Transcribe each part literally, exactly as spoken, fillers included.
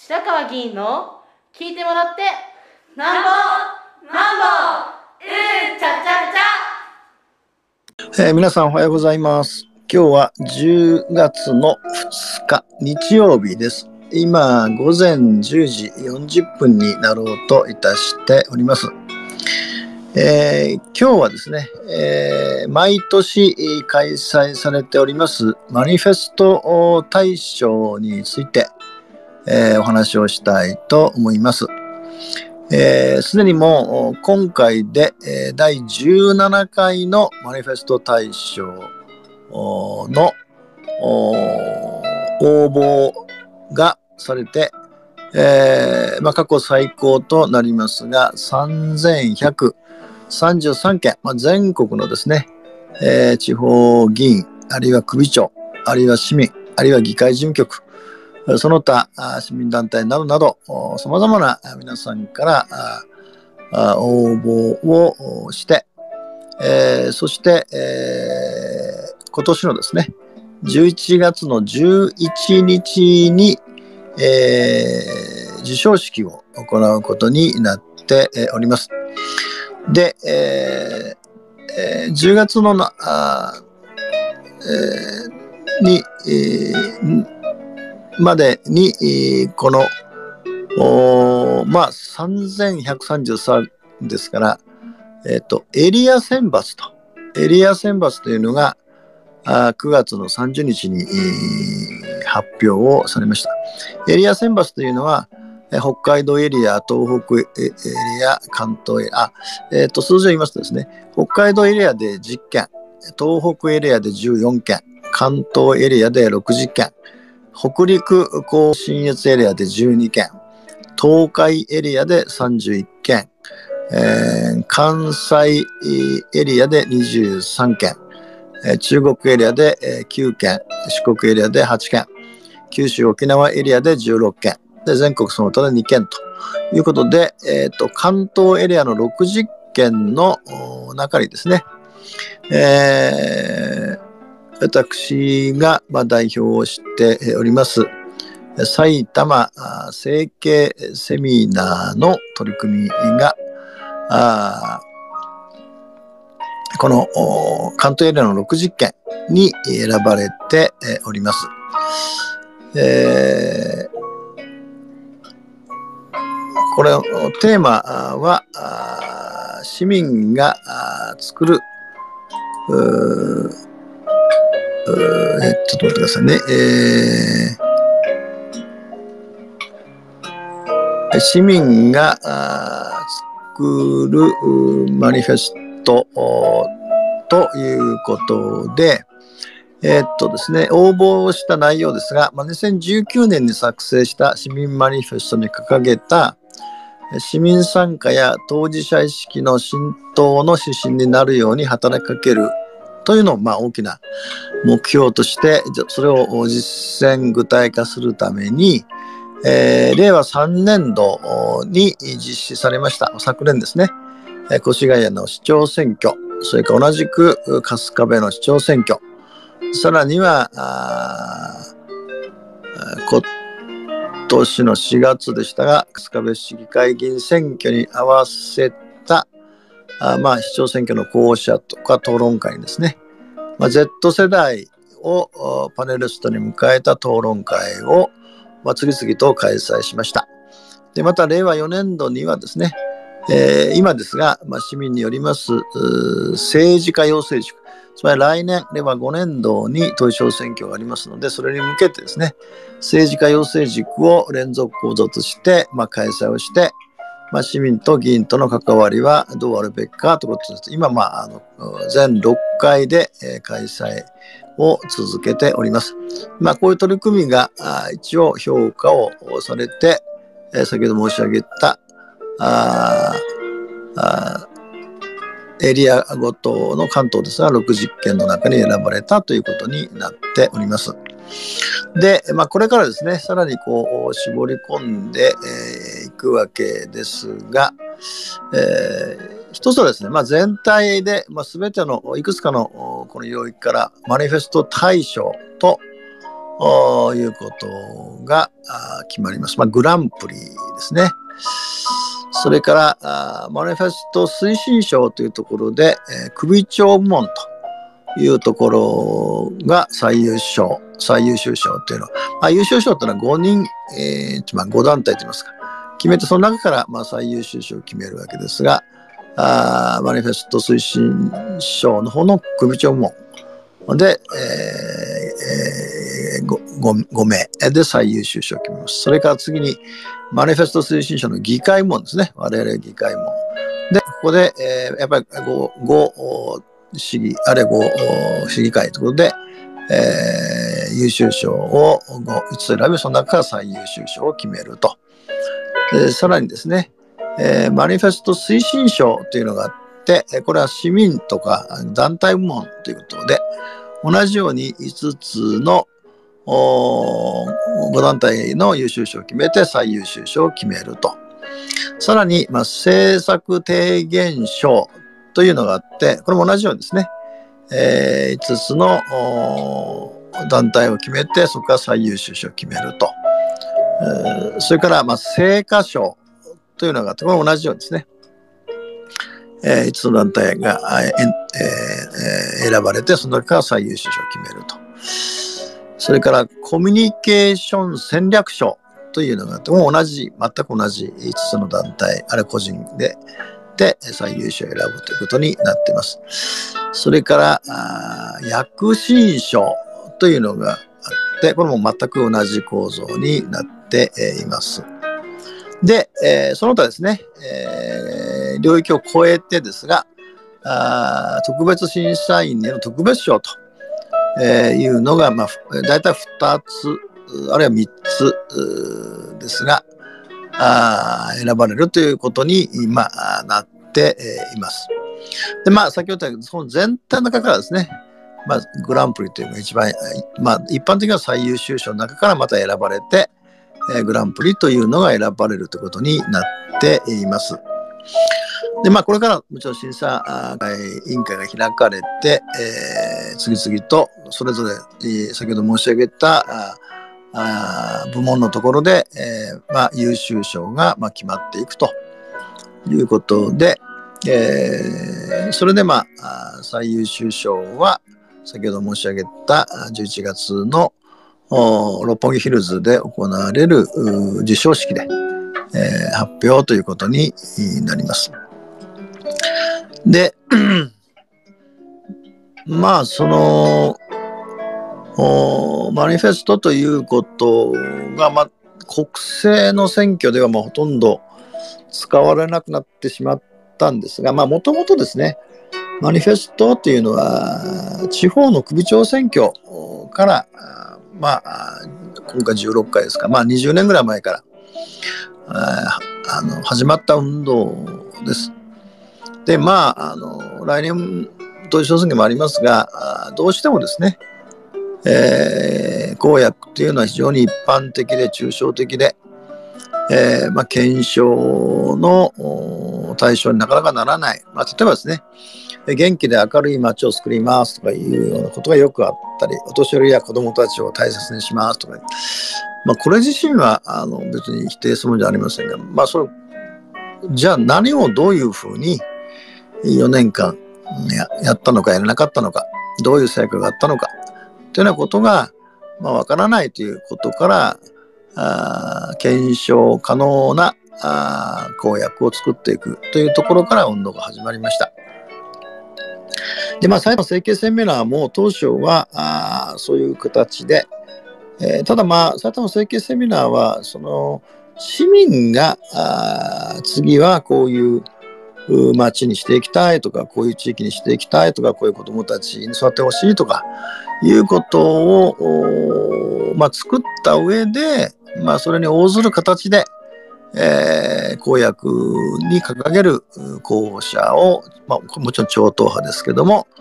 白川議員の聞いてもらってなんぼなんぼうんちゃちゃちゃ、えー、皆さんおはようございます。今日はじゅうがつのふつか日曜日です。今午前じゅうじよんじゅっぷんになろうといたしております。えー、今日はですね、えー、毎年開催されておりますマニフェスト大賞について、えー、お話をしたいと思います。す、えー、で、にもう今回で、えー、だいじゅうななかいのマニフェスト大賞の応募がされて、えーまあ、過去最高となりますがさんぜんひゃくさんじゅうさんけん、まあ、全国のですね、えー、地方議員あるいは首長あるいは市民あるいは議会事務局その他市民団体などなどさまざまな皆さんから応募をして、えー、そして、えー、今年のですねじゅういちがつのじゅういちにちに、えー、授賞式を行うことになっております。で、えーえー、じゅうがつのなあ、えー、に、えー、までに、えー、このまあさんぜんひゃくさんじゅうさんですから、えーと、エリア選抜とエリア選抜というのがあくがつのさんじゅうにちに、えー、発表をされました。エリア選抜というのは北海道エリア、東北エリア、関東エリア、あ、えーと、数字を言いますとですね、北海道エリアでじゅっけん、東北エリアでじゅうよんけん、関東エリアでろくじゅっけん、北陸甲信越エリアでじゅうにけん、東海エリアでさんじゅういっけん、えー、関西エリアでにじゅうさんけん、えー、中国エリアできゅうけん、四国エリアではちけん、九州沖縄エリアでじゅうろっけん、で全国その他でにけんということで、えーと、関東エリアのろくじゅっけんの中にですね、えー、私がまあ代表をしております埼玉整形セミナーの取り組みがあこの関東エリアのろくじゅっけんに選ばれております。えーこれテーマは市民が作るえっとちょっと待ってくださいね、えー、市民が作るマニフェストということでえー、っとですね、応募した内容ですが、まあ、にせんじゅうきゅうねんに作成した市民マニフェストに掲げた市民参加や当事者意識の浸透の指針になるように働きかけるというのをまあ大きな目標としてそれを実践具体化するために、えー、れいわさんねんどに実施されました昨年ですね越谷の市長選挙それから同じく春日部の市長選挙さらには今年のしがつでしたが春日部市議会議員選挙に合わせたあ、まあ、市長選挙の候補者とか討論会にですね、まあ、Z 世代をパネリストに迎えた討論会を、まあ、次々と開催しました。でまたれいわよねんどにはですね、えー、今ですが、まあ、市民によります政治家養成塾つまり来年れいわごねんどに統一地方選挙がありますのでそれに向けてですね政治家養成塾を連続講座として、まあ、開催をして、まあ、市民と議員との関わりはどうあるべきかということです。今、まあ、あの全ろっかいで、えー、開催を続けております。まあ、こういう取り組みが一応評価をされて、えー、先ほど申し上げたああエリアごとの関東ですがろくじゅっけんの中に選ばれたということになっております。で、まあ、これからですねさらにこう絞り込んでい、えー、くわけですが、えー、一つはですね、まあ、全体で、まあ、全てのいくつかのこの領域からマニフェスト大賞ということが決まります。まあ、グランプリですね。それから、マニフェスト推進賞というところで、えー、首長部門というところが最優秀賞、最優秀賞というのは、まあ、優秀賞というのはごにん、えーまあ、ご団体といいますか、決めて、その中からまあ最優秀賞を決めるわけですが、あマニフェスト推進賞の方の首長部門で、えーえー、5, 5名で最優秀賞を決めます。それから次に、マニフェスト推進賞の議会部門ですね。我々議会部門。で、ここで、えー、やっぱり 5, 5市議、あれご市議会ということで、えー、優秀賞をいつ選び、その中から最優秀賞を決めると。えー、さらにですね、えー、マニフェスト推進賞というのがあって、これは市民とか団体部門ということで、同じようにいつつのご団体の優秀賞を決めて最優秀賞を決めると。さらに、まあ、政策提言賞というのがあって、これも同じようにですね、えー、いつつの団体を決めて、そこから最優秀賞を決めると。えー、それから、まあ、成果賞というのがあって、これも同じようにですね、えー、いつつの団体が、えーえー、選ばれて、その中から最優秀賞を決めると。それからコミュニケーション戦略賞というのがあって、もう同じ、全く同じいつつの団体、あれ個人で、で、最優秀を選ぶということになっています。それから、躍進賞というのがあって、これも全く同じ構造になっています。で、えー、その他ですね、えー、領域を超えてですが、あ特別審査員への特別賞と、えー、いうのが、まあ、だいたいふたつ、あるいはみっつですが、あ選ばれるということに今なっています。で、まあ、先ほど言ったその全体の中からですね、まあ、グランプリというのが一番、まあ、一般的な最優秀賞の中からまた選ばれて、えー、グランプリというのが選ばれるということになっています。で、まあ、これからもちろん審査委員会が開かれて、えー、次々とそれぞれ、えー、先ほど申し上げたああ部門のところで、えーまあ、優秀賞が、まあ、決まっていくということで、えー、それで、まあ、最優秀賞は先ほど申し上げたじゅういちがつの六本木ヒルズで行われる授賞式で、えー、発表ということになります。で、まあそのマニフェストということが、まあ、国政の選挙ではもうほとんど使われなくなってしまったんですが、まあもともとですね、マニフェストというのは地方の首長選挙から、まあ今回じゅうろっかいですか、まあにじゅうねんぐらい前からああの始まった運動です。で、まああの来年統一地方選挙もありますが、どうしてもですね、えー、公約というのは非常に一般的で抽象的で、えーまあ、検証の対象になかなかならない。まあ、例えばですね、元気で明るい街を作りますとかいうようなことがよくあったり、お年寄りや子どもたちを大切にしますとか、まあ、これ自身はあの別に否定するものじゃありませんが、まあ、それじゃあ何をどういうふうによねんかん や, やったのかやらなかったのか、どういう成果があったのかというようなことが、まあ、わからないということから、あ検証可能なあ公約を作っていくというところから運動が始まりました。で、まあ、埼玉政経セミナーも当初はあそういう形で、えー、ただまあ、埼玉政経セミナーは、その市民があ次はこういう町にしていきたいとか、こういう地域にしていきたいとか、こういう子どもたちに育ってほしいとかいうことを、まあ、作った上で、まあ、それに応ずる形で、えー、公約に掲げる候補者を、まあ、もちろん超党派ですけども、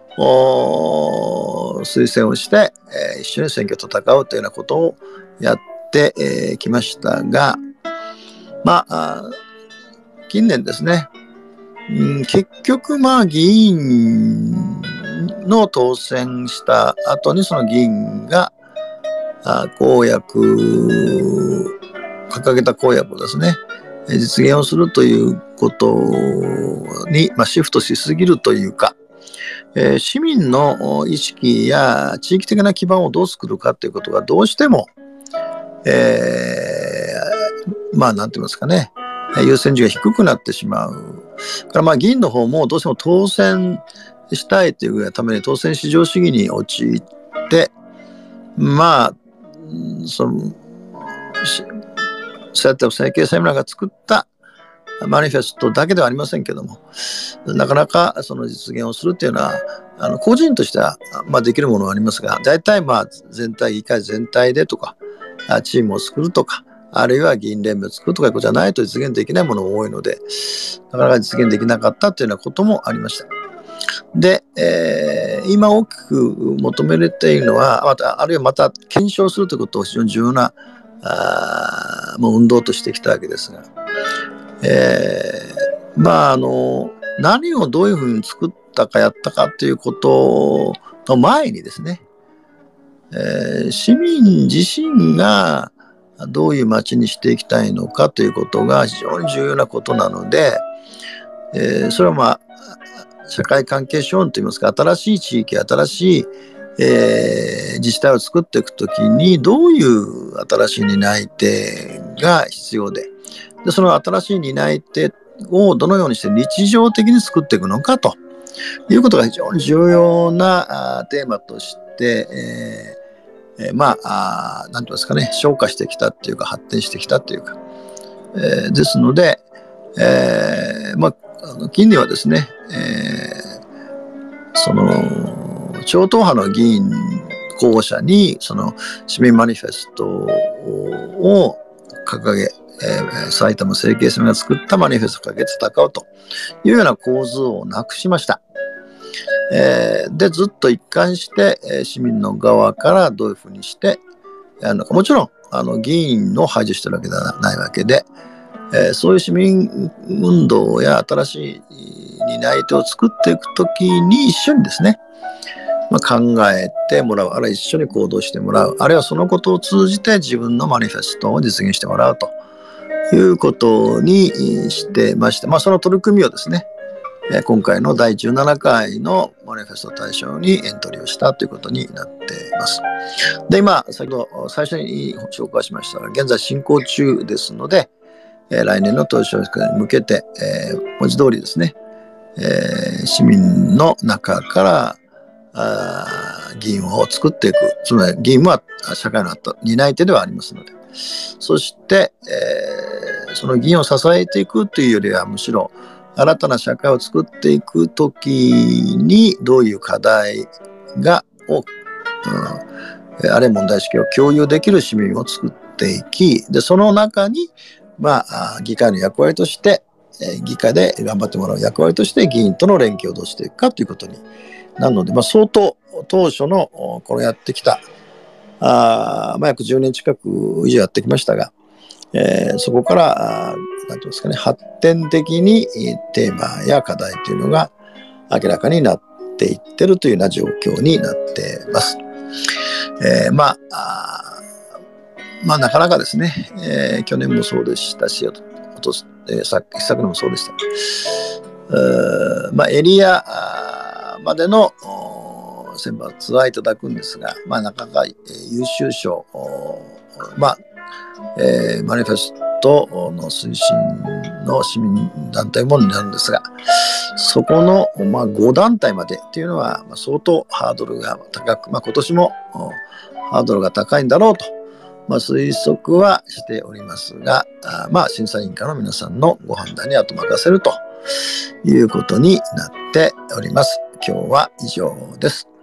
推薦をして、えー、一緒に選挙を戦うというようなことをやってき、えー、ましたが、まあ、近年ですね、うん、結局まあ議員の当選した後にその議員があ公約、掲げた公約をですね、実現をするということに、まあ、シフトしすぎるというか、えー、市民の意識や地域的な基盤をどう作るかということがどうしても、えー、まあなんて言いますかね、優先順位が低くなってしまう。からまあ議員の方もどうしても当選したいというために当選至上主義に陥って、まあ、その、そうやって政経セミナーが作ったマニフェストだけではありませんけども、なかなかその実現をするっていうのは、あの個人としては、まあ、できるものはありますが、大体まあ全体、議会全体でとか、チームを作るとか、あるいは議員連盟を作るとかいうことじゃないと実現できないものが多いので、なかなか実現できなかったというようなこともありました。で、えー、今大きく求められているのは、またあるいはまた検証するということを非常に重要なあもう運動としてきたわけですが、えー、まああの何をどういうふうに作ったかやったかということの前にですね、えー、市民自身がどういう街にしていきたいのかということが非常に重要なことなので、えー、それはまあ社会関係資本といいますか、新しい地域、新しい、えー、自治体を作っていくときにどういう新しい担い手が必要で、でその新しい担い手をどのようにして日常的に作っていくのかということが非常に重要なあテーマとして、えーえー、まあ、あなんていうんですかね、昇華してきたっていうか発展してきたっていうか、えー、ですので、えー、まああの近年はですね、えー、その超党派の議員候補者にその市民マニフェストを掲げ、えー、埼玉政経セミナーが作ったマニフェストを掲げて戦うというような構図をなくしました。えー、でずっと一貫して、えー、市民の側からどういうふうにしてやるのか、もちろんあの議員を排除してるわけではないわけで、えー、そういう市民運動や新しい担い手を作っていくときに一緒にですね、まあ、考えてもらう、あるいは一緒に行動してもらう、あるいはそのことを通じて自分のマニフェストを実現してもらうということにしてまして、まあ、その取り組みをですね、今回のだいじゅうななかいのマニフェスト対象にエントリーをしたということになっています。で、今、先ほど最初に紹介しましたが、現在進行中ですので、えー、来年の統一地方選挙に向けて、えー、文字通りですね、えー、市民の中からあ議員を作っていく、つまり議員は社会の担い手ではありますので、そして、えー、その議員を支えていくというよりは、むしろ新たな社会を作っていくときにどういう課題がを、うん、あるいは問題意識を共有できる市民を作っていき、でその中にまあ、議会の役割として、えー、議会で頑張ってもらう役割として議員との連携をどうしていくかということになるので、まあ、相当当初のこれやってきたあ、まあ、約じゅうねん近く以上やってきましたが、えー、そこからあなんていうんですかね、発展的にテーマや課題というのが明らかになっていってるというような状況になっています。えー、まああまあなかなかですね、えー、去年もそうでしたし、おと、えー、昨一昨年もそうでした。まあエリアまでの選抜はいただくんですが、まあなかなか、えー、優秀賞、まあ、えー、マニフェストの推進の市民団体ものになるんですが、そこの、まあ、ご団体までっていうのは、まあ、相当ハードルが高く、まあ、今年もハードルが高いんだろうと、まあ、推測はしておりますが、あまあ、審査委員会の皆さんのご判断に後任せるということになっております。今日は以上です。